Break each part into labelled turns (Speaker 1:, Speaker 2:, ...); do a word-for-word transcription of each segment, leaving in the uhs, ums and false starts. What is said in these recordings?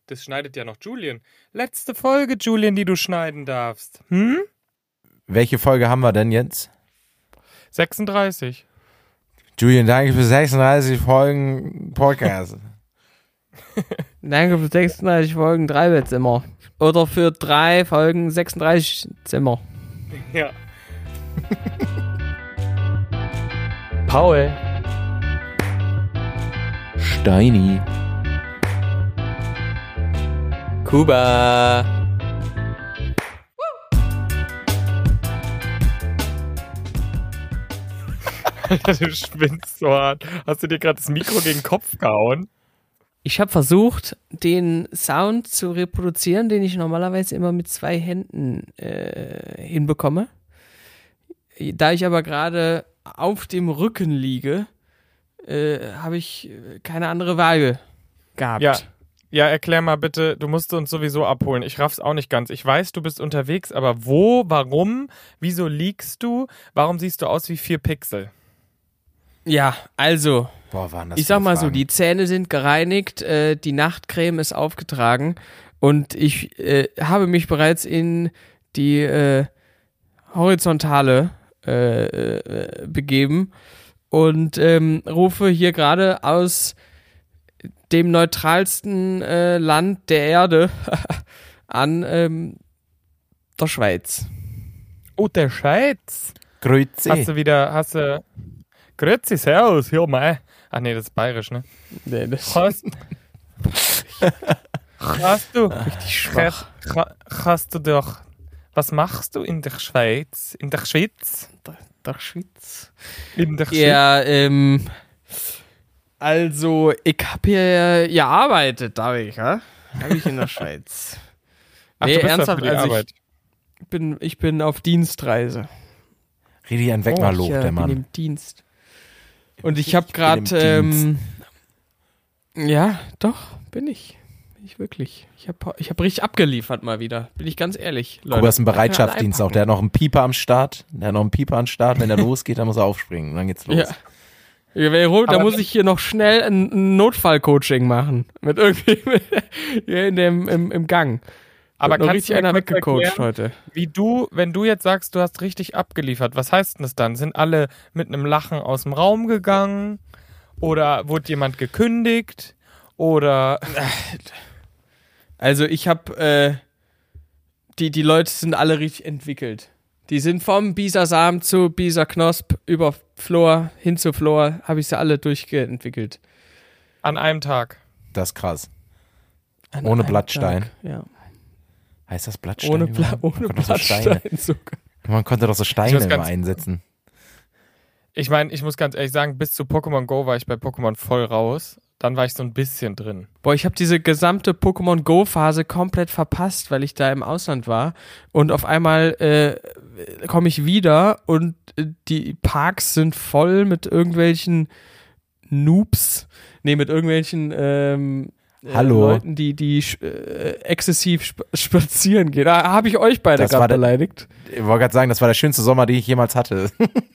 Speaker 1: das schneidet ja noch Julian. Letzte Folge, Julian, die du schneiden darfst. Hm?
Speaker 2: Welche Folge haben wir denn jetzt?
Speaker 1: sechsunddreißig.
Speaker 2: Julian, danke für sechsunddreißig Folgen Podcast.
Speaker 3: Danke für sechsunddreißig Folgen Dreibettzimmer. Oder für drei Folgen sechsunddreißig Zimmer.
Speaker 1: Ja. Paul.
Speaker 2: Steini.
Speaker 3: Kuba.
Speaker 1: Alter, du schwindst so hart. Hast du dir gerade das Mikro gegen den Kopf gehauen?
Speaker 3: Ich habe versucht, den Sound zu reproduzieren, den ich normalerweise immer mit zwei Händen äh, hinbekomme. Da ich aber gerade auf dem Rücken liege, äh, habe ich keine andere Wahl gehabt.
Speaker 1: Ja. Ja, erklär mal bitte, du musst uns sowieso abholen. Ich raff's auch nicht ganz. Ich weiß, du bist unterwegs, aber wo, warum, wieso liegst du? Warum siehst du aus wie vier Pixel?
Speaker 3: Ja, also,
Speaker 2: Boah, waren das
Speaker 3: ich sag mal
Speaker 2: Fragen.
Speaker 3: so, die Zähne sind gereinigt, äh, die Nachtcreme ist aufgetragen und ich äh, habe mich bereits in die äh, Horizontale äh, äh, begeben und ähm, rufe hier gerade aus dem neutralsten äh, Land der Erde an, ähm, der Schweiz.
Speaker 1: Oh, der Schweiz.
Speaker 2: Grüezi.
Speaker 1: Hast du wieder, hast du, Grüezi, servus, hier mal. Ach nee, das ist bayerisch, ne?
Speaker 3: Nee, das
Speaker 1: Hast, hast du,
Speaker 3: richtig schwach.
Speaker 1: Ha- hast du doch, was machst du in der Schweiz? In der Schweiz?
Speaker 3: Der Schweiz.
Speaker 1: In der Schweiz?
Speaker 3: Ja, ähm, also, ich hab hier gearbeitet, da ich, ja? Hab ich in der Schweiz.
Speaker 1: Ach,
Speaker 3: Nee,
Speaker 1: du bist da
Speaker 3: ernsthaft,
Speaker 1: für die
Speaker 3: also
Speaker 1: Arbeit.
Speaker 3: ich bin, ich bin auf Dienstreise.
Speaker 2: Redi ein Wegmalob,
Speaker 3: ich, äh,
Speaker 2: der Mann.
Speaker 3: bin im Dienst. Und ich habe
Speaker 2: bin
Speaker 3: gerade,
Speaker 2: im
Speaker 3: ähm, ja, doch, bin ich. Bin ich wirklich. Ich habe ich hab richtig abgeliefert mal wieder. Bin ich ganz ehrlich, Leute.
Speaker 2: Kuba ist ein
Speaker 3: Da kann man
Speaker 2: Bereitschaftsdienst auch. Der hat noch einen Pieper am Start. Der hat noch einen Pieper am Start. Wenn er losgeht, dann muss er aufspringen. Und dann geht's los.
Speaker 3: Ja. Ja, wer holt, da
Speaker 1: Aber-
Speaker 3: muss ich hier noch schnell ein, ein Notfallcoaching machen. Mit irgendwie hier in dem, im, im Gang.
Speaker 1: Aber
Speaker 3: Wird noch
Speaker 1: kannst
Speaker 3: richtig
Speaker 1: du mir
Speaker 3: einer
Speaker 1: kurz
Speaker 3: weggecoacht
Speaker 1: erklären,
Speaker 3: heute.
Speaker 1: wie du, wenn du jetzt sagst, du hast richtig abgeliefert, was heißt denn das dann? Sind alle mit einem Lachen aus dem Raum gegangen? Oder wurde jemand gekündigt? Oder
Speaker 3: Also ich habe, äh, die, die Leute sind alle richtig entwickelt. Die sind vom Bisasam zu Bisaknosp über Flor hin zu Flor, habe ich sie alle durchgeentwickelt.
Speaker 1: an einem Tag?
Speaker 2: Das ist krass.
Speaker 3: An
Speaker 2: Ohne
Speaker 3: einem
Speaker 2: Blattstein.
Speaker 3: Tag, ja.
Speaker 2: Heißt das Blattstein?
Speaker 3: Ohne, Bla
Speaker 2: überhaupt?
Speaker 3: ohne
Speaker 2: Man konnte doch so Steine.
Speaker 3: Blattstein sogar.
Speaker 2: Man konnte doch so
Speaker 1: Ich
Speaker 2: Steine
Speaker 1: muss
Speaker 2: immer
Speaker 1: ganz-
Speaker 2: einsetzen.
Speaker 1: Ich meine, ich muss ganz ehrlich sagen, bis zu Pokémon Go war ich bei Pokémon voll raus. Dann war ich so ein bisschen drin.
Speaker 3: Boah, ich habe diese gesamte Pokémon Go Phase komplett verpasst, weil ich da im Ausland war. Und auf einmal äh, komme ich wieder und äh, die Parks sind voll mit irgendwelchen Noobs. Nee, mit irgendwelchen ähm, äh,
Speaker 2: Hallo.
Speaker 3: Leuten, die, die äh, exzessiv sp spazieren gehen. Da habe ich euch beide
Speaker 2: Das war
Speaker 3: gerade
Speaker 2: der-
Speaker 3: beleidigt.
Speaker 2: Ich wollte gerade sagen, das war der schönste Sommer, den ich jemals hatte.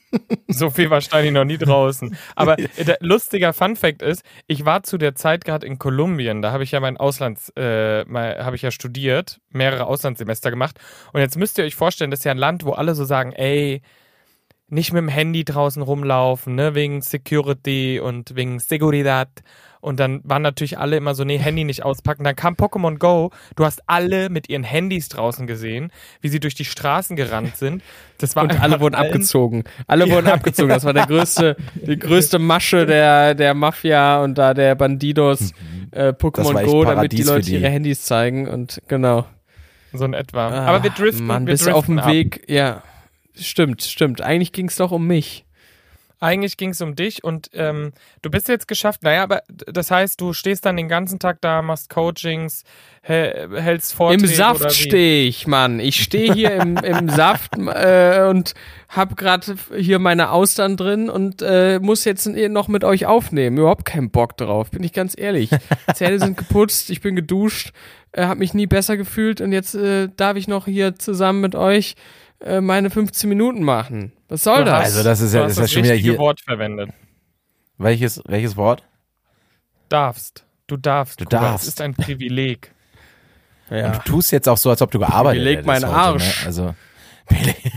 Speaker 1: So viel war Steini noch nie draußen. Aber der lustiger Funfact ist, ich war zu der Zeit gerade in Kolumbien. Da habe ich ja mein Auslands, äh, mal, habe ich ja studiert, mehrere Auslandssemester gemacht. Und jetzt müsst ihr euch vorstellen, das ist ja ein Land, wo alle so sagen, ey, nicht mit dem Handy draußen rumlaufen, ne, wegen Security und wegen Seguridad. Und dann waren natürlich alle immer so, nee, Handy nicht auspacken. Dann kam Pokémon Go. Du hast alle mit ihren Handys draußen gesehen, wie sie durch die Straßen gerannt sind. Das war
Speaker 3: Und
Speaker 1: einfach
Speaker 3: alle wurden
Speaker 1: allen-
Speaker 3: abgezogen. Alle
Speaker 1: Ja,
Speaker 3: wurden abgezogen. Das war der größte, die größte Masche der, der Mafia und da der Bandidos äh,
Speaker 2: Das war
Speaker 3: Pokémon
Speaker 2: echt
Speaker 3: Go, damit die
Speaker 2: Paradies für
Speaker 3: Leute
Speaker 2: die.
Speaker 3: ihre Handys zeigen und genau.
Speaker 1: So in etwa.
Speaker 3: Ah,
Speaker 1: Aber wir driften,
Speaker 3: Mann,
Speaker 1: wir
Speaker 3: bist
Speaker 1: driften
Speaker 3: auf dem
Speaker 1: ab.
Speaker 3: Weg. Ja, stimmt, stimmt. Eigentlich ging es doch um mich.
Speaker 1: Eigentlich ging es um dich und ähm, du bist jetzt geschafft. Naja, aber das heißt, du stehst dann den ganzen Tag da, machst Coachings, hä- hältst Vorträge
Speaker 3: Im Saft
Speaker 1: oder wie?
Speaker 3: stehe ich, Mann. Ich stehe hier im, im Saft äh, und hab gerade hier meine Austern drin und äh, muss jetzt noch mit euch aufnehmen. Überhaupt keinen Bock drauf, bin ich ganz ehrlich. Zähne sind geputzt, ich bin geduscht, äh, hab mich nie besser gefühlt und jetzt äh, darf ich noch hier zusammen mit euch äh, meine fünfzehn Minuten machen. Was soll
Speaker 1: Du
Speaker 3: das?
Speaker 1: hast-
Speaker 2: Also das ist
Speaker 1: du
Speaker 2: ja,
Speaker 1: hast
Speaker 2: das ist ja
Speaker 1: das
Speaker 2: schon wieder
Speaker 1: richtige
Speaker 2: hier.
Speaker 1: Wort verwendet.
Speaker 2: Welches, welches Wort?
Speaker 1: Darfst. Du darfst.
Speaker 2: Du
Speaker 1: Kuba.
Speaker 2: darfst.
Speaker 1: Es ist ein Privileg.
Speaker 3: Ja.
Speaker 2: Und du tust jetzt auch so, als ob du gearbeitet
Speaker 3: Beleg
Speaker 2: hättest
Speaker 3: meinen
Speaker 2: heute,
Speaker 3: Arsch.
Speaker 2: Ne? Also, beleg-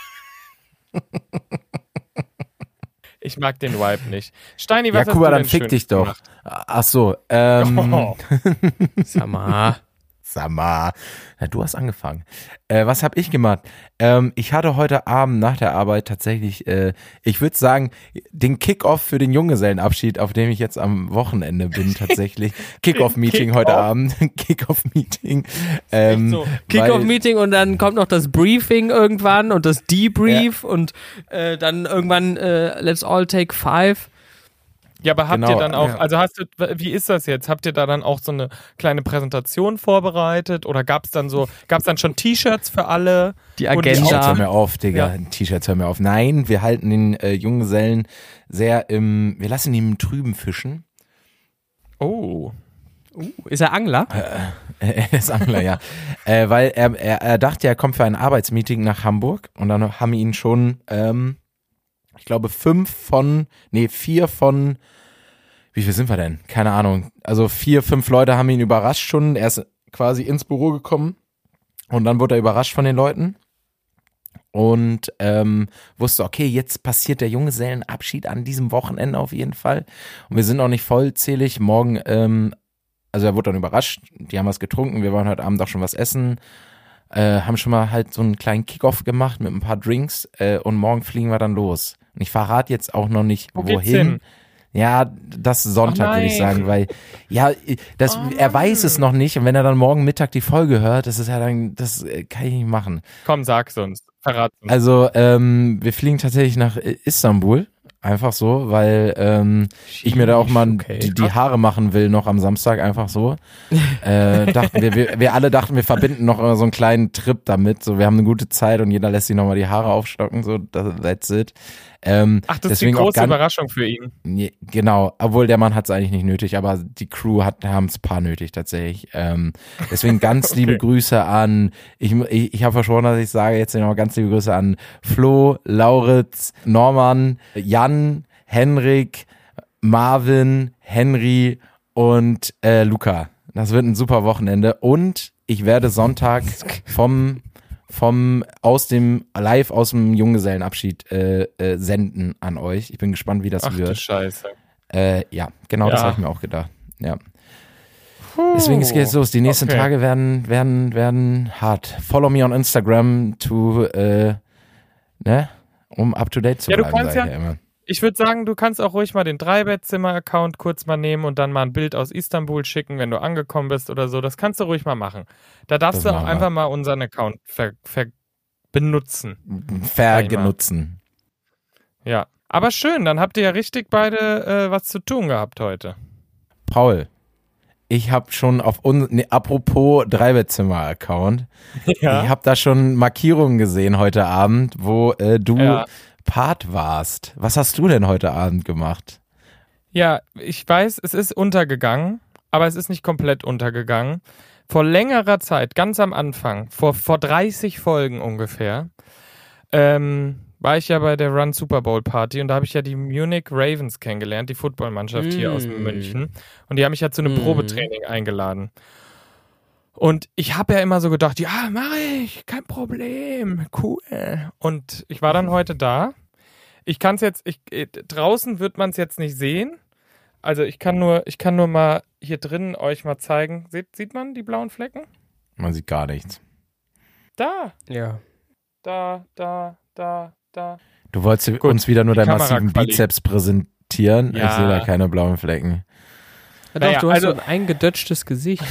Speaker 1: Ich mag den Vibe nicht. Steini,
Speaker 2: ja,
Speaker 1: was hast
Speaker 2: Kuba,
Speaker 1: du
Speaker 2: dann
Speaker 1: denn
Speaker 2: fick
Speaker 1: Schönes
Speaker 2: dich doch.
Speaker 1: gemacht?
Speaker 2: Ach so, ähm,
Speaker 1: Oh.
Speaker 3: Sag mal.
Speaker 2: sag mal, ja, du hast angefangen. Äh, was habe ich gemacht? Ähm, ich hatte heute Abend nach der Arbeit tatsächlich, äh, ich würde sagen, den Kick-Off für den Junggesellenabschied, auf dem ich jetzt am Wochenende bin tatsächlich. Kick-Off-Meeting
Speaker 1: Kick-Off?
Speaker 2: heute Abend. Kick-Off-Meeting. Ähm,
Speaker 3: So,
Speaker 2: weil-
Speaker 3: Kick-Off-Meeting und dann kommt noch das Briefing irgendwann und das Debrief und äh, dann irgendwann äh, Let's all take five.
Speaker 1: Ja, aber habt
Speaker 2: Genau,
Speaker 1: ihr dann auch,
Speaker 2: ja.
Speaker 1: also hast du, wie ist das jetzt? Habt ihr da dann auch so eine kleine Präsentation vorbereitet oder gab es dann so, gab es dann schon T-Shirts für alle?
Speaker 3: Die
Speaker 1: Wo die
Speaker 3: Agenda.
Speaker 2: T-Shirts, hör
Speaker 1: auch-
Speaker 2: mir auf, Digga.
Speaker 1: Ja.
Speaker 2: T-Shirts, hör mir auf. Nein, wir halten den äh, Junggesellen sehr im, wir lassen ihn im Trüben fischen.
Speaker 1: Oh.
Speaker 3: Uh, ist er Angler?
Speaker 2: Er ist Angler, ja. Äh, weil er, er, er dachte, er kommt für ein Arbeitsmeeting nach Hamburg und dann haben ihn schon, ähm, ich glaube, fünf von, nee, vier von, wie viel sind wir denn? Keine Ahnung. Also vier, fünf Leute haben ihn überrascht schon. Er ist quasi ins Büro gekommen und dann wurde er überrascht von den Leuten und ähm, wusste, okay, jetzt passiert der Junggesellenabschied an diesem Wochenende auf jeden Fall. Und wir sind noch nicht vollzählig. Morgen, ähm, also er wurde dann überrascht, die haben was getrunken, wir wollen heute Abend auch schon was essen, äh, haben schon mal halt so einen kleinen Kickoff gemacht mit ein paar Drinks äh, und morgen fliegen wir dann los. Und ich verrate jetzt auch noch nicht,
Speaker 1: Wo geht's
Speaker 2: wohin.
Speaker 1: hin?
Speaker 2: Ja, das Sonntag
Speaker 1: Oh
Speaker 2: würde ich
Speaker 1: nein.
Speaker 2: sagen, weil ja, das,
Speaker 1: Oh
Speaker 2: er weiß
Speaker 1: Mann.
Speaker 2: es noch nicht und wenn er dann morgen Mittag die Folge hört, das ist ja dann, das äh, kann ich nicht machen.
Speaker 1: Komm, sag's uns. Verrat's uns.
Speaker 2: Also ähm, wir fliegen tatsächlich nach äh, Istanbul, einfach so, weil ähm, ich mir da auch mal
Speaker 3: Okay.
Speaker 2: die, die Haare machen will noch am Samstag, einfach so. äh, dachten wir, wir, wir alle dachten, wir verbinden noch immer so einen kleinen Trip damit, so wir haben eine gute Zeit und jeder lässt sich nochmal die Haare aufstocken, so das, that's it. Ähm,
Speaker 1: Ach, das
Speaker 2: deswegen
Speaker 1: ist die
Speaker 2: auch
Speaker 1: große
Speaker 2: ganz-
Speaker 1: Überraschung für ihn.
Speaker 2: Nee, genau, obwohl der Mann hat es eigentlich nicht nötig, aber die Crew hat haben es paar nötig tatsächlich. Ähm, deswegen ganz
Speaker 1: Okay.
Speaker 2: liebe Grüße an, ich, ich, ich habe versprochen, dass ich sage jetzt noch ganz liebe Grüße an Flo, Lauritz, Norman, Jan, Henrik, Marvin, Henry und äh, Luca. Das wird ein super Wochenende und ich werde Sonntag vom vom aus dem live aus dem Junggesellenabschied äh, äh, senden an euch. Ich bin gespannt, wie das
Speaker 1: Ach du
Speaker 2: wird.
Speaker 1: Scheiße.
Speaker 2: Äh, ja, genau, das
Speaker 1: Ja.
Speaker 2: habe ich mir auch gedacht. Ja. Deswegen es geht jetzt los. Die nächsten
Speaker 1: Okay.
Speaker 2: Tage werden werden werden hart. Follow me on Instagram to äh, ne, um up to date zu
Speaker 1: Ja, du
Speaker 2: bleiben.
Speaker 1: kannst
Speaker 2: sag ich
Speaker 1: ja-
Speaker 2: immer.
Speaker 1: Ich würde sagen, du kannst auch ruhig mal den Dreibettzimmer-Account kurz mal nehmen und dann mal ein Bild aus Istanbul schicken, wenn du angekommen bist oder so. Das kannst du ruhig mal machen. Da darfst
Speaker 2: Das
Speaker 1: du auch
Speaker 2: machen wir.
Speaker 1: einfach mal unseren Account ver, ver benutzen.
Speaker 2: Vergenutzen.
Speaker 1: Ja. Aber schön, dann habt ihr ja richtig beide äh, was zu tun gehabt heute.
Speaker 2: Paul, ich habe schon auf uns, nee, apropos Dreibettzimmer-Account, ich habe da schon Markierungen gesehen heute Abend, wo äh, du
Speaker 1: Ja.
Speaker 2: Part warst. Was hast du denn heute Abend gemacht?
Speaker 1: Ja, ich weiß, es ist untergegangen, aber es ist nicht komplett untergegangen. Vor längerer Zeit, ganz am Anfang, vor, vor dreißig Folgen ungefähr, ähm, war ich ja bei der Run Super Bowl Party und da habe ich ja die Munich Ravens kennengelernt, die Footballmannschaft hier aus
Speaker 3: Mm.
Speaker 1: München. Und die haben mich ja zu einem
Speaker 3: Mm.
Speaker 1: Probetraining eingeladen. Und ich habe ja immer so gedacht, ja, mache ich, kein Problem, cool. Und ich war dann heute da. Ich kann es jetzt, ich, äh, draußen wird man es jetzt nicht sehen. Also ich kann nur, ich kann nur mal hier drin euch mal zeigen. Sieht, sieht man die blauen Flecken?
Speaker 2: Man sieht gar nichts.
Speaker 1: Da,
Speaker 3: Ja.
Speaker 1: da, da, da, da.
Speaker 2: Du wolltest
Speaker 1: Gut,
Speaker 2: uns wieder nur
Speaker 1: die
Speaker 2: deinen massiven
Speaker 1: Kameraquali.
Speaker 2: Bizeps präsentieren.
Speaker 1: Ja.
Speaker 2: Ich sehe da keine blauen Flecken.
Speaker 3: Ja,
Speaker 1: Naja,
Speaker 3: doch, du hast
Speaker 1: also-
Speaker 3: so ein eingedötschtes Gesicht.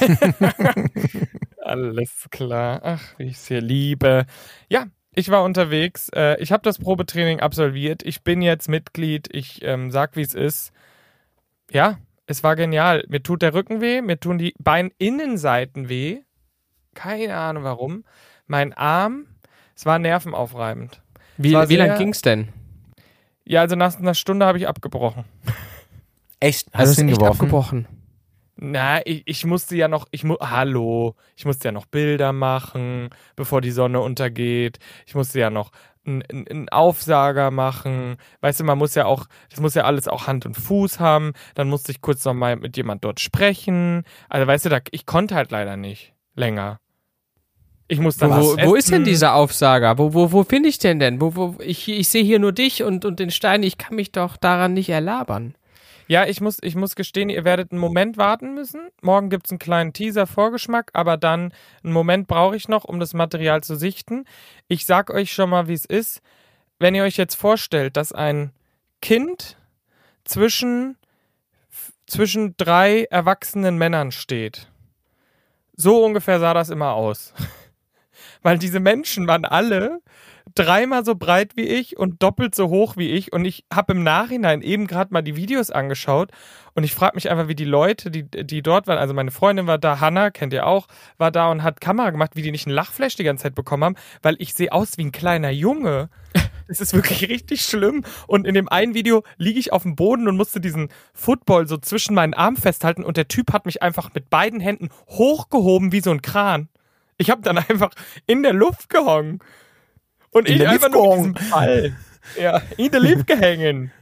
Speaker 1: Alles klar. Ach, wie ich es hier liebe. Ja, ich war unterwegs. Äh, ich habe das Probetraining absolviert. Ich bin jetzt Mitglied. Ich ähm, sag, wie es ist. Ja, es war genial. Mir tut der Rücken weh. Mir tun die Beininnenseiten weh. Keine Ahnung warum. Mein Arm, es war nervenaufreibend.
Speaker 3: Wie,
Speaker 1: war
Speaker 3: wie
Speaker 1: sehr-
Speaker 3: lang ging's denn?
Speaker 1: Ja, also nach einer Stunde habe ich abgebrochen.
Speaker 2: Echt?
Speaker 3: Also
Speaker 2: Hast du
Speaker 3: ist echt
Speaker 2: hingeworfen?
Speaker 3: abgebrochen.
Speaker 1: Na, ich, ich musste ja noch, ich mu hallo, ich musste ja noch Bilder machen, bevor die Sonne untergeht. Ich musste ja noch einen Aufsager machen. Weißt du, man muss ja auch, das muss ja alles auch Hand und Fuß haben. Dann musste ich kurz noch mal mit jemand dort sprechen. Also weißt du, da, ich konnte halt leider nicht. länger. Ich muss dann
Speaker 3: Wo,
Speaker 1: was
Speaker 3: wo ist denn
Speaker 1: essen.
Speaker 3: dieser Aufsager? Wo, wo, wo finde ich den denn? Wo, wo, ich ich sehe hier nur dich und, und den Stein. Ich kann mich doch daran nicht erlabern.
Speaker 1: Ja, ich muss, ich muss gestehen, ihr werdet einen Moment warten müssen. Morgen gibt es einen kleinen Teaser-Vorgeschmack, aber dann einen Moment brauche ich noch, um das Material zu sichten. Ich sag euch schon mal, wie es ist. Wenn ihr euch jetzt vorstellt, dass ein Kind zwischen, zwischen drei erwachsenen Männern steht. So ungefähr sah das immer aus. Weil diese Menschen waren alle dreimal so breit wie ich und doppelt so hoch wie ich. Und ich habe im Nachhinein eben gerade mal die Videos angeschaut und ich frage mich einfach, wie die Leute, die, die dort waren, also meine Freundin war da, Hannah, kennt ihr auch, war da und hat Kamera gemacht, wie die nicht einen Lachflash die ganze Zeit bekommen haben, weil ich sehe aus wie ein kleiner Junge. Das ist wirklich richtig schlimm. Und in dem einen Video liege ich auf dem Boden und musste diesen Football so zwischen meinen Armen festhalten und der Typ hat mich einfach mit beiden Händen hochgehoben wie so ein Kran. Ich habe dann einfach in der Luft gehangen. Und
Speaker 2: In
Speaker 1: ich
Speaker 2: der
Speaker 1: einfach
Speaker 2: Luft
Speaker 1: nur
Speaker 2: gehangen.
Speaker 1: mit diesem Ball. Ja, in der Luft gehängen.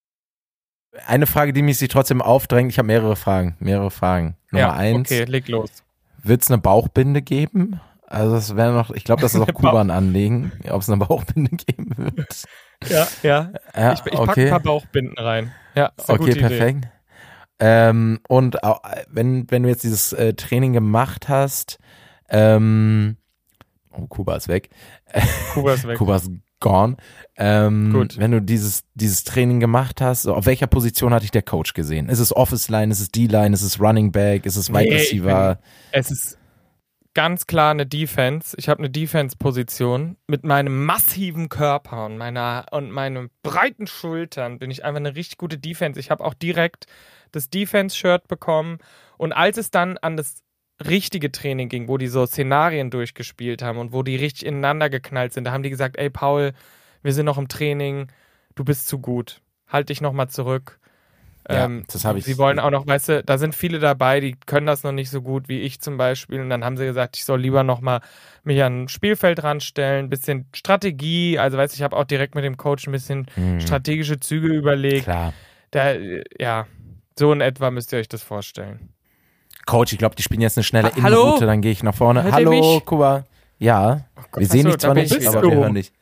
Speaker 2: Eine Frage, die mich sich trotzdem aufdrängt, ich habe mehrere Fragen, mehrere Fragen. Nummer
Speaker 1: Ja,
Speaker 2: eins,
Speaker 1: okay, leg los.
Speaker 2: wird es eine Bauchbinde geben? Also das wäre noch, ich glaube, das ist auch Kuba ein Anliegen, ob es eine Bauchbinde geben wird.
Speaker 1: Ja, ja.
Speaker 2: Ja,
Speaker 1: Ich, ich packe
Speaker 2: okay.
Speaker 1: ein paar Bauchbinden rein. Ja, ist eine
Speaker 2: Okay,
Speaker 1: gute Idee.
Speaker 2: perfekt. Ähm, und auch, wenn, wenn du jetzt dieses äh, Training gemacht hast, ähm, oh, Kuba ist weg.
Speaker 1: Kuba ist weg.
Speaker 2: Kuba ist gone. Ähm,
Speaker 1: Gut.
Speaker 2: Wenn du dieses, dieses Training gemacht hast, so, auf welcher Position hatte ich der Coach gesehen? Ist es Office Line, ist es D-Line, ist es Running Back, ist es Wide
Speaker 1: Nee, ich
Speaker 2: Receiver?
Speaker 1: Es ist ganz klar eine Defense. Ich habe eine Defense-Position. Mit meinem massiven Körper und meiner und meinen breiten Schultern bin ich einfach eine richtig gute Defense. Ich habe auch direkt das Defense-Shirt bekommen. Und als es dann an das richtige Training ging, wo die so Szenarien durchgespielt haben und wo die richtig ineinander geknallt sind, da haben die gesagt, ey Paul, wir sind noch im Training, du bist zu gut. Halt dich nochmal zurück.
Speaker 2: Ja,
Speaker 1: Ähm,
Speaker 2: das habe ich.
Speaker 1: Sie wollen auch noch, weißt du, da sind viele dabei, die können das noch nicht so gut wie ich zum Beispiel. Und dann haben sie gesagt, ich soll lieber nochmal mich an ein Spielfeld ranstellen, ein bisschen Strategie. Also, weißt du, ich habe auch direkt mit dem Coach ein bisschen
Speaker 2: Hm,
Speaker 1: strategische Züge überlegt.
Speaker 2: klar.
Speaker 1: Da, äh, ja, so in etwa müsst ihr euch das vorstellen.
Speaker 2: Coach, ich glaube, die spielen jetzt eine schnelle
Speaker 3: Ha- hallo?
Speaker 2: Innenroute, dann gehe ich nach vorne.
Speaker 3: Hört ihr
Speaker 2: Hallo,
Speaker 3: mich?
Speaker 2: Kuba. Ja,
Speaker 1: Gott,
Speaker 2: wir sehen
Speaker 1: achso,
Speaker 2: dich zwar
Speaker 1: da
Speaker 2: nicht,
Speaker 1: bist
Speaker 2: aber
Speaker 1: du.
Speaker 2: wir hören dich.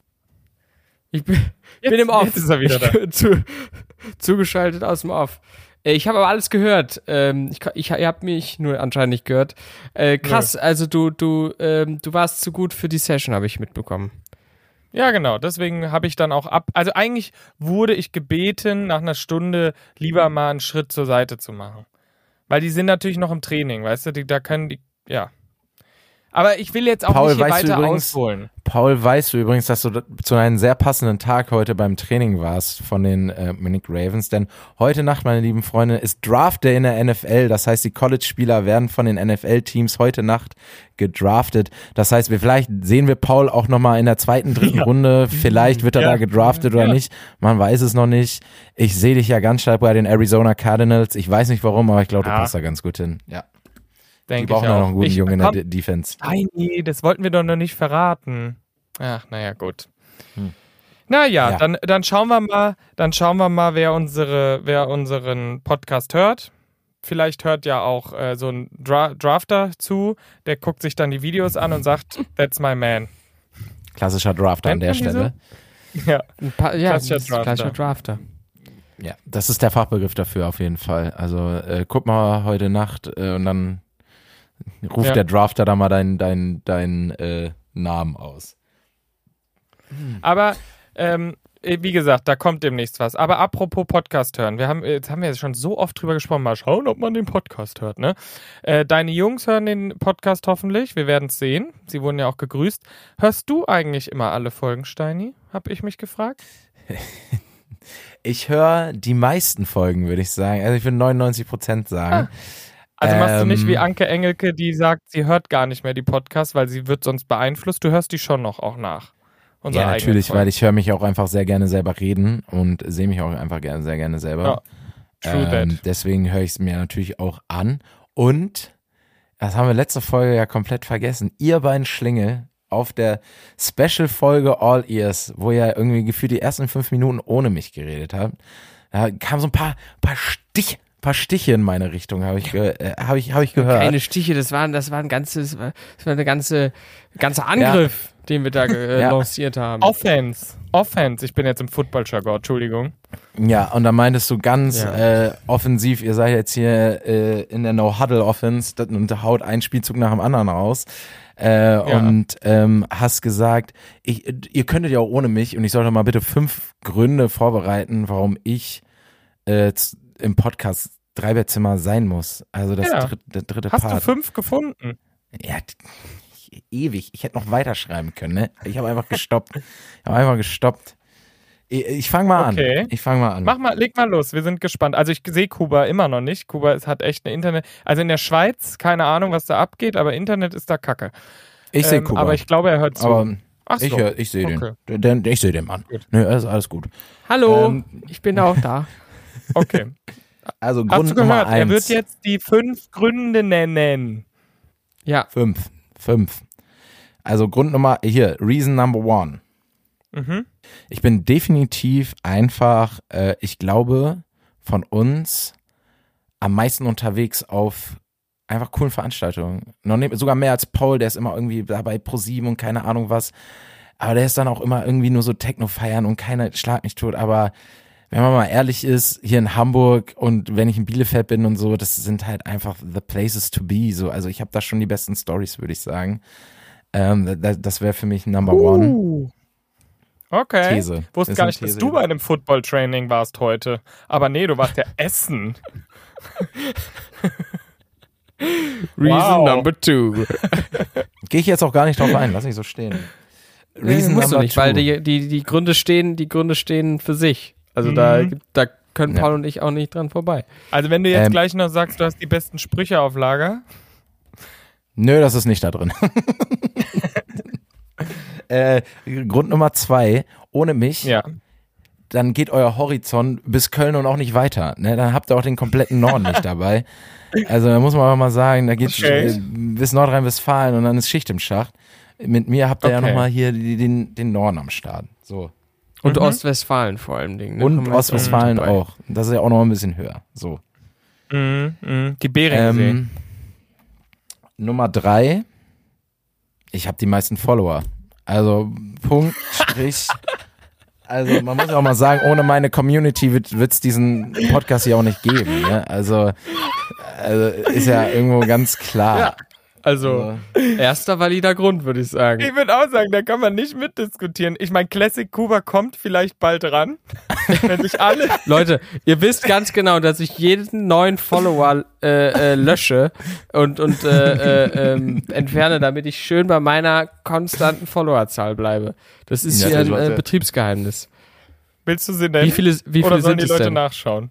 Speaker 3: Ich bin,
Speaker 1: Jetzt,
Speaker 3: bin im Off.
Speaker 1: jetzt ist er wieder da.
Speaker 3: Zu, zugeschaltet aus dem Off. Äh, Ich habe aber alles gehört. Ähm, ich, ich, ihr habt mich nur anscheinend nicht gehört. Äh, krass, also du, du, ähm, du warst zu gut für die Session, habe ich mitbekommen.
Speaker 1: Ja, genau. Deswegen habe ich dann auch ab. Also eigentlich wurde ich gebeten, nach einer Stunde lieber mal einen Schritt zur Seite zu machen. Weil die sind natürlich noch im Training, weißt du? Die, da können die. Ja. Aber ich will jetzt auch
Speaker 2: Paul,
Speaker 1: nicht hier
Speaker 2: weißt du
Speaker 1: weiter
Speaker 2: übrigens-
Speaker 1: ausholen.
Speaker 2: Paul, weißt du übrigens, dass du da- zu einem sehr passenden Tag heute beim Training warst von den äh, Munich Ravens, denn heute Nacht, meine lieben Freunde, ist Draft Day in der N F L, das heißt, die College-Spieler werden von den N F L-Teams heute Nacht gedraftet, das heißt, wir, vielleicht sehen wir Paul auch nochmal in der zweiten, dritten
Speaker 1: Ja.
Speaker 2: Runde, vielleicht wird er
Speaker 1: Ja.
Speaker 2: da gedraftet oder
Speaker 1: Ja.
Speaker 2: nicht, man weiß es noch nicht, ich sehe dich ja ganz stark bei den Arizona Cardinals, ich weiß nicht warum, aber ich glaube, du
Speaker 1: Ja.
Speaker 2: passt da ganz gut hin, ja. Die
Speaker 1: Denke
Speaker 2: brauchen
Speaker 1: ich
Speaker 2: ja
Speaker 1: auch.
Speaker 2: noch einen guten
Speaker 1: ich,
Speaker 2: Jungen in der
Speaker 1: komm,
Speaker 2: D- Defense.
Speaker 1: Nein, nee, das wollten wir doch noch nicht verraten. Ach, naja, gut.
Speaker 2: Hm.
Speaker 1: Naja,
Speaker 2: Ja.
Speaker 1: dann, dann schauen wir mal, dann schauen wir mal, wer unsere, wer unseren Podcast hört. Vielleicht hört ja auch äh, so ein Dra- Drafter zu, der guckt sich dann die Videos an und sagt, that's my man.
Speaker 2: Klassischer Drafter an
Speaker 1: Nennt
Speaker 2: der
Speaker 1: man die
Speaker 2: Stelle.
Speaker 1: Ja,
Speaker 3: Ein paar, ja,
Speaker 1: Klassischer
Speaker 3: das ist
Speaker 1: Drafter.
Speaker 3: klassischer Drafter.
Speaker 2: Ja, das ist der Fachbegriff dafür auf jeden Fall. Also äh, guck mal heute Nacht äh, und dann ruft
Speaker 1: Ja.
Speaker 2: der Drafter da mal deinen dein, dein, äh, Namen aus.
Speaker 1: aber ähm, wie gesagt, da kommt demnächst was. Aber apropos Podcast hören, wir haben, jetzt haben wir jetzt schon so oft drüber gesprochen, mal schauen, ob man den Podcast hört, ne? Äh, deine Jungs hören den Podcast hoffentlich, wir werden es sehen. Sie wurden ja auch gegrüßt. Hörst du eigentlich immer alle Folgen, Steini? Hab ich mich gefragt.
Speaker 2: Ich höre die meisten Folgen, würde ich sagen. Also ich würde neunundneunzig Prozent sagen.
Speaker 1: Also machst du nicht
Speaker 2: Ähm,
Speaker 1: wie Anke Engelke, die sagt, sie hört gar nicht mehr die Podcasts, weil sie wird sonst beeinflusst. Du hörst die schon noch auch nach. Unsere
Speaker 2: Ja,
Speaker 1: eigenen
Speaker 2: natürlich,
Speaker 1: Folgen.
Speaker 2: weil ich höre mich auch einfach sehr gerne selber reden und sehe mich auch einfach gerne, sehr gerne selber.
Speaker 1: Ja, true
Speaker 2: ähm,
Speaker 1: that.
Speaker 2: deswegen höre ich es mir natürlich auch an. Und, das haben wir letzte Folge ja komplett vergessen, ihr beiden Schlingel auf der Special-Folge All Ears, wo ihr irgendwie gefühlt die ersten fünf Minuten ohne mich geredet habt, da kamen so ein paar, paar Stich, paar Stiche in meine Richtung, habe ich, ge äh, hab ich, hab ich gehört.
Speaker 3: Keine Stiche, das war, das war ein ganzes, das war, das war eine ganze, ganze Angriff, ja. den wir da äh, ja. lanciert haben.
Speaker 1: Offense, Offense, ich bin jetzt im Football-Jargon, Entschuldigung.
Speaker 2: Ja, und da meintest du ganz
Speaker 3: ja.
Speaker 2: äh, offensiv, ihr seid jetzt hier äh, in der No-Huddle-Offense und haut einen Spielzug nach dem anderen raus. Äh, ja. Und ähm, hast gesagt, ich, ihr könntet ja auch ohne mich und ich sollte mal bitte fünf Gründe vorbereiten, warum ich äh, im Podcast Dreibettzimmer sein muss. Also das
Speaker 1: ja.
Speaker 2: dritte, der dritte
Speaker 1: Hast
Speaker 2: Part.
Speaker 1: Hast du fünf gefunden?
Speaker 2: Ja, ewig. Ich hätte noch weiterschreiben können, ne? Ich habe einfach gestoppt. Ich habe einfach gestoppt. Ich, ich fange mal
Speaker 1: okay.
Speaker 2: an. Ich fange mal an.
Speaker 1: Mach mal, leg mal los. Wir sind gespannt. Also ich sehe Kuba immer noch nicht. Kuba ist, hat echt eine Internet. Also in der Schweiz, keine Ahnung, was da abgeht, aber Internet ist da Kacke.
Speaker 2: Ich sehe
Speaker 1: ähm,
Speaker 2: Kuba.
Speaker 1: Aber ich glaube, er hört zu.
Speaker 2: Aber
Speaker 1: Ach so.
Speaker 2: Ich, hör, ich sehe
Speaker 1: okay.
Speaker 2: den. den. Ich sehe den Mann. Nö, alles, alles gut.
Speaker 3: Hallo,
Speaker 2: ähm,
Speaker 3: ich bin auch da.
Speaker 1: Okay.
Speaker 2: Also
Speaker 1: Grund
Speaker 2: Grund
Speaker 1: Hast du
Speaker 2: Nummer
Speaker 1: gehört?
Speaker 2: eins.
Speaker 1: Er wird jetzt die fünf Gründe nennen.
Speaker 3: Ja.
Speaker 2: Fünf. Fünf. Also Grund Nummer, hier, Reason Number One.
Speaker 1: Mhm.
Speaker 2: Ich bin definitiv einfach, äh, ich glaube, von uns am meisten unterwegs auf einfach coolen Veranstaltungen. Noch nicht, sogar mehr als Paul, der ist immer irgendwie dabei ProSieben und keine Ahnung was. Aber der ist dann auch immer irgendwie nur so Techno feiern und keiner schlag mich tot. Aber wenn man mal ehrlich ist, hier in Hamburg und wenn ich in Bielefeld bin und so, das sind halt einfach the places to be. So, also ich habe da schon die besten Stories, würde ich sagen. Ähm, das das wäre für mich Number
Speaker 1: uh.
Speaker 2: One.
Speaker 1: Okay.
Speaker 2: These.
Speaker 1: Ich wusste gar nicht, dass du bei einem Football-Training warst heute. Aber nee, du warst ja essen.
Speaker 3: Reason
Speaker 1: wow.
Speaker 3: number two.
Speaker 2: Gehe ich jetzt auch gar nicht drauf ein, lass mich so stehen.
Speaker 3: Reason nee, musst du nicht, two. Weil die, die, die Gründe stehen, die Gründe stehen für sich. Also mhm. da, da können Paul ja. und ich auch nicht dran vorbei.
Speaker 1: Also wenn du jetzt
Speaker 2: ähm,
Speaker 1: gleich noch sagst, du hast die besten Sprüche auf Lager.
Speaker 2: Nö, das ist nicht da drin. äh, Grund Nummer zwei, ohne mich,
Speaker 1: ja.
Speaker 2: dann geht euer Horizont bis Köln und auch nicht weiter. Ne? Dann habt ihr auch den kompletten Norden nicht dabei. Also da muss man aber mal sagen, da geht's
Speaker 1: okay.
Speaker 2: äh, bis Nordrhein-Westfalen und dann ist Schicht im Schacht. Mit mir habt ihr okay. ja nochmal hier die, den, den Norden am Start. So.
Speaker 3: Und
Speaker 1: mhm.
Speaker 3: Ostwestfalen vor allem. Ne?
Speaker 2: Und Ostwestfalen auch. Das ist ja auch noch ein bisschen höher. So.
Speaker 1: Mhm, mh. Die Beringsee.
Speaker 2: Ähm, Nummer drei. Ich habe die meisten Follower. Also Punkt, Strich. Also man muss ja auch mal sagen, ohne meine Community wird es diesen Podcast hier auch nicht geben. Ne? Also, also ist ja irgendwo ganz klar.
Speaker 3: Ja. Also, erster valider Grund, würde ich sagen.
Speaker 1: Ich würde auch sagen, da kann man nicht mitdiskutieren. Ich meine, Classic Kuba kommt vielleicht bald ran. Wenn sich alle...
Speaker 3: Leute, ihr wisst ganz genau, dass ich jeden neuen Follower äh, äh, lösche und, und äh, äh, ähm, entferne, damit ich schön bei meiner konstanten Followerzahl bleibe. Das ist ja, hier ein äh, Betriebsgeheimnis.
Speaker 1: Willst du sie nennen?
Speaker 3: Wie viele, wie viele
Speaker 1: Oder sollen
Speaker 3: sind
Speaker 1: die
Speaker 3: es
Speaker 1: Leute
Speaker 3: denn?
Speaker 1: nachschauen?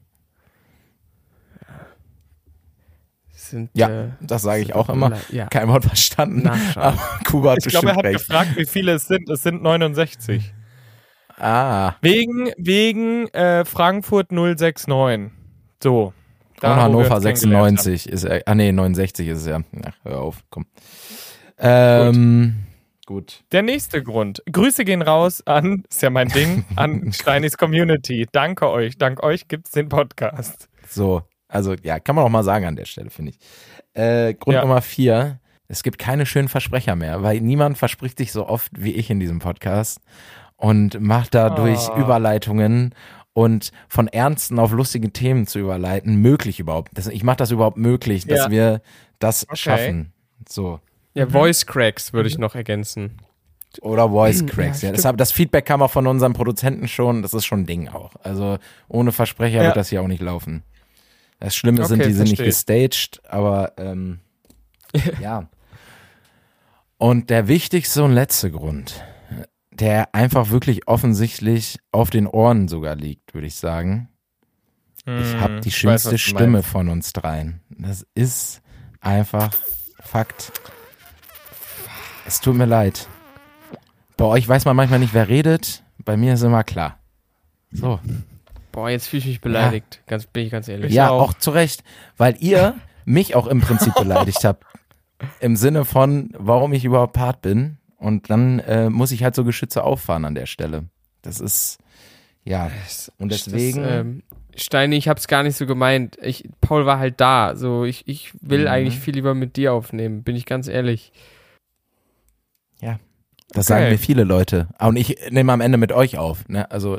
Speaker 3: Sind,
Speaker 2: ja,
Speaker 3: äh,
Speaker 2: das sage ich auch immer.
Speaker 3: Ja.
Speaker 2: Kein Wort verstanden.
Speaker 3: Aber
Speaker 2: Kuba hat
Speaker 1: ich glaube, er hat
Speaker 2: recht.
Speaker 1: gefragt, wie viele es sind. Es sind neunundsechzig.
Speaker 2: Ah.
Speaker 1: Wegen, wegen äh, Frankfurt null sechs neun. So.
Speaker 2: Da, und Hannover sechsundneunzig ist er. Ah, nee, neunundsechzig ist es ja. Ach, hör auf, komm. Ähm, gut. gut.
Speaker 1: Der nächste Grund. Grüße gehen raus an, ist ja mein Ding, an Steinis Community. Danke euch. Dank euch gibt's den Podcast.
Speaker 2: So. Also, ja, kann man auch mal sagen an der Stelle, finde ich. Äh, Grund ja. Nummer vier, es gibt keine schönen Versprecher mehr, weil niemand verspricht sich so oft wie ich in diesem Podcast und macht dadurch oh. Überleitungen und von ernsten auf lustige Themen zu überleiten, möglich überhaupt. Das, ich mache das überhaupt möglich, dass
Speaker 1: ja.
Speaker 2: wir das
Speaker 1: okay.
Speaker 2: schaffen. So.
Speaker 3: Ja, Voice Cracks würde ich noch ergänzen.
Speaker 2: Oder Voice Cracks, ja. ja. Das, das Feedback kam auch von unserem Produzenten schon, das ist schon ein Ding auch. Also ohne Versprecher ja. wird das hier auch nicht laufen. Das Schlimme okay, sind, die sind nicht gestaged, aber ähm, ja. Und der wichtigste und letzte Grund, der einfach wirklich offensichtlich auf den Ohren sogar liegt, würde ich sagen. Hm, ich habe die schönste weiß, Stimme meinst. von uns dreien. Das ist einfach Fakt. Es tut mir leid. Bei euch weiß man manchmal nicht, wer redet. Bei mir ist immer klar. So.
Speaker 3: Boah, jetzt fühle ich mich beleidigt, ja. ganz, bin ich ganz ehrlich.
Speaker 2: Ja, auch. auch zu Recht, weil ihr mich auch im Prinzip beleidigt habt. Im Sinne von, warum ich überhaupt Part bin. Und dann äh, muss ich halt so Geschütze auffahren an der Stelle. Das ist, ja, und deswegen...
Speaker 3: Das, ähm, Steini, ich hab's gar nicht so gemeint. Ich, Paul war halt da. So, ich, ich will
Speaker 2: Mhm.
Speaker 3: eigentlich viel lieber mit dir aufnehmen, bin ich ganz ehrlich.
Speaker 2: Ja. Das
Speaker 1: Okay.
Speaker 2: sagen mir viele Leute. Und ich nehme am Ende mit euch auf. Ne? Also.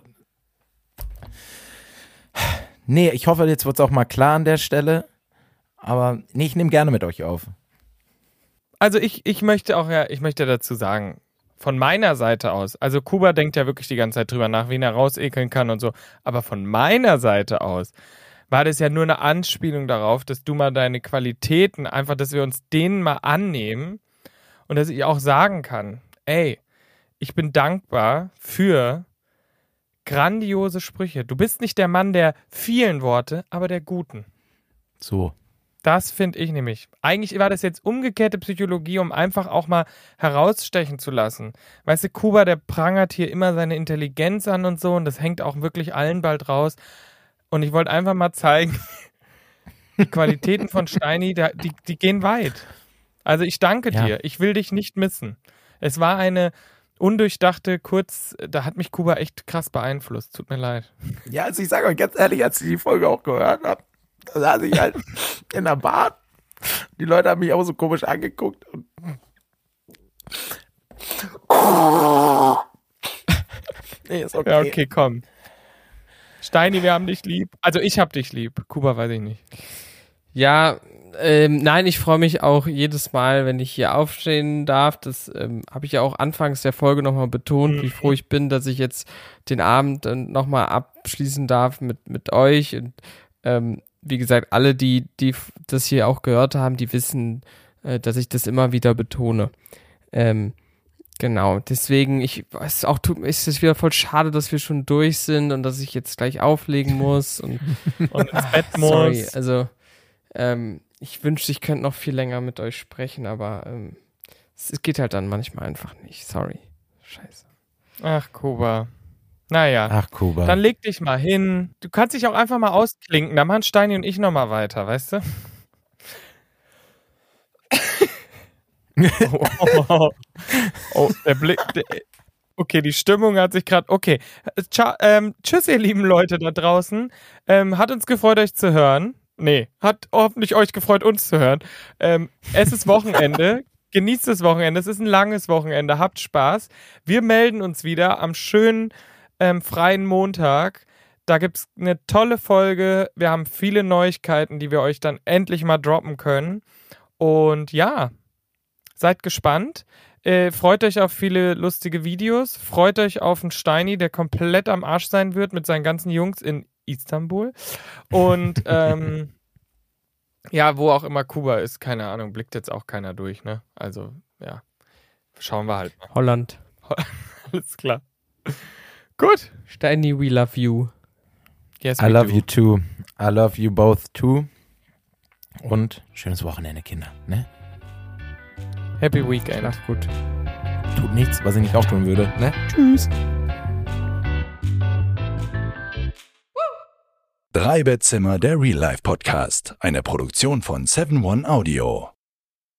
Speaker 2: Nee, ich hoffe, jetzt wird's auch mal klar an der Stelle. Aber nee, ich nehme gerne mit euch auf.
Speaker 1: Also ich, ich möchte auch ja, ich möchte dazu sagen, von meiner Seite aus, also Kuba denkt ja wirklich die ganze Zeit drüber nach, wen er rausekeln kann und so, aber von meiner Seite aus war das ja nur eine Anspielung darauf, dass du mal deine Qualitäten, einfach, dass wir uns denen mal annehmen und dass ich auch sagen kann, ey, ich bin dankbar für grandiose Sprüche. Du bist nicht der Mann der vielen Worte, aber der guten.
Speaker 2: So.
Speaker 1: Das finde ich nämlich. Eigentlich war das jetzt umgekehrte Psychologie, um einfach auch mal herausstechen zu lassen. Weißt du, Kuba, der prangert hier immer seine Intelligenz an und so und das hängt auch wirklich allen bald raus. Und ich wollte einfach mal zeigen, die Qualitäten von Steini, da- die, die gehen weit. Also ich danke
Speaker 2: Ja.
Speaker 1: dir. Ich will dich nicht missen. Es war eine undurchdachte, kurz, da hat mich Kuba echt krass beeinflusst. Tut mir leid.
Speaker 2: Ja, also ich sage euch ganz ehrlich, als ich die Folge auch gehört habe, da saß ich halt in der Bahn. Die Leute haben mich auch so komisch angeguckt. Und nee, ist okay.
Speaker 1: Ja, okay, komm. Steini, wir haben dich lieb. Also ich hab dich lieb. Kuba weiß ich nicht.
Speaker 3: Ja, ähm, nein, ich freue mich auch jedes Mal, wenn ich hier aufstehen darf. Das ähm, habe ich ja auch anfangs der Folge nochmal betont, wie froh ich bin, dass ich jetzt den Abend dann nochmal abschließen darf mit, mit euch. Und ähm, wie gesagt, alle, die, die f- das hier auch gehört haben, die wissen, äh, dass ich das immer wieder betone. Ähm, genau, deswegen, ich weiß auch, tut, ist es wieder voll schade, dass wir schon durch sind und dass ich jetzt gleich auflegen muss und
Speaker 1: Und ins Bett muss.
Speaker 3: sorry, also ähm, ich wünschte, ich könnte noch viel länger mit euch sprechen, aber ähm, es, es geht halt dann manchmal einfach nicht. Sorry. Scheiße.
Speaker 1: Ach, Kuba. Naja.
Speaker 2: Ach, Kuba.
Speaker 1: Dann leg dich mal hin. Du kannst dich auch einfach mal ausklinken. Da machen Steini und ich nochmal weiter, weißt du? oh, oh, oh. oh, der Blick. Der, okay, die Stimmung hat sich gerade. Okay. Tja, ähm, tschüss, ihr lieben Leute da draußen. Ähm, hat uns gefreut, euch zu hören. Nee, hat hoffentlich euch gefreut, uns zu hören. Ähm, es ist Wochenende. Genießt das Wochenende. Es ist ein langes Wochenende. Habt Spaß. Wir melden uns wieder am schönen ähm, freien Montag. Da gibt es eine tolle Folge. Wir haben viele Neuigkeiten, die wir euch dann endlich mal droppen können. Und ja, seid gespannt. Äh, freut euch auf viele lustige Videos. Freut euch auf einen Steini, der komplett am Arsch sein wird mit seinen ganzen Jungs in Istanbul. Und ähm, ja, wo auch immer Kuba ist, keine Ahnung, blickt jetzt auch keiner durch, ne? Also, ja, schauen wir halt mal.
Speaker 3: Holland.
Speaker 1: Alles klar. Gut.
Speaker 3: Steini, we love you.
Speaker 1: Yes,
Speaker 2: I
Speaker 1: we
Speaker 2: love
Speaker 1: do.
Speaker 2: you too. I love you both too. Und schönes Wochenende, Kinder. Ne?
Speaker 1: Happy Weekend.
Speaker 3: Schlaf gut.
Speaker 2: Tut nichts, was ich nicht auch tun würde. Ne? Tschüss.
Speaker 4: Drei Bettzimmer, der Real Life Podcast. Eine Produktion von seven one Audio.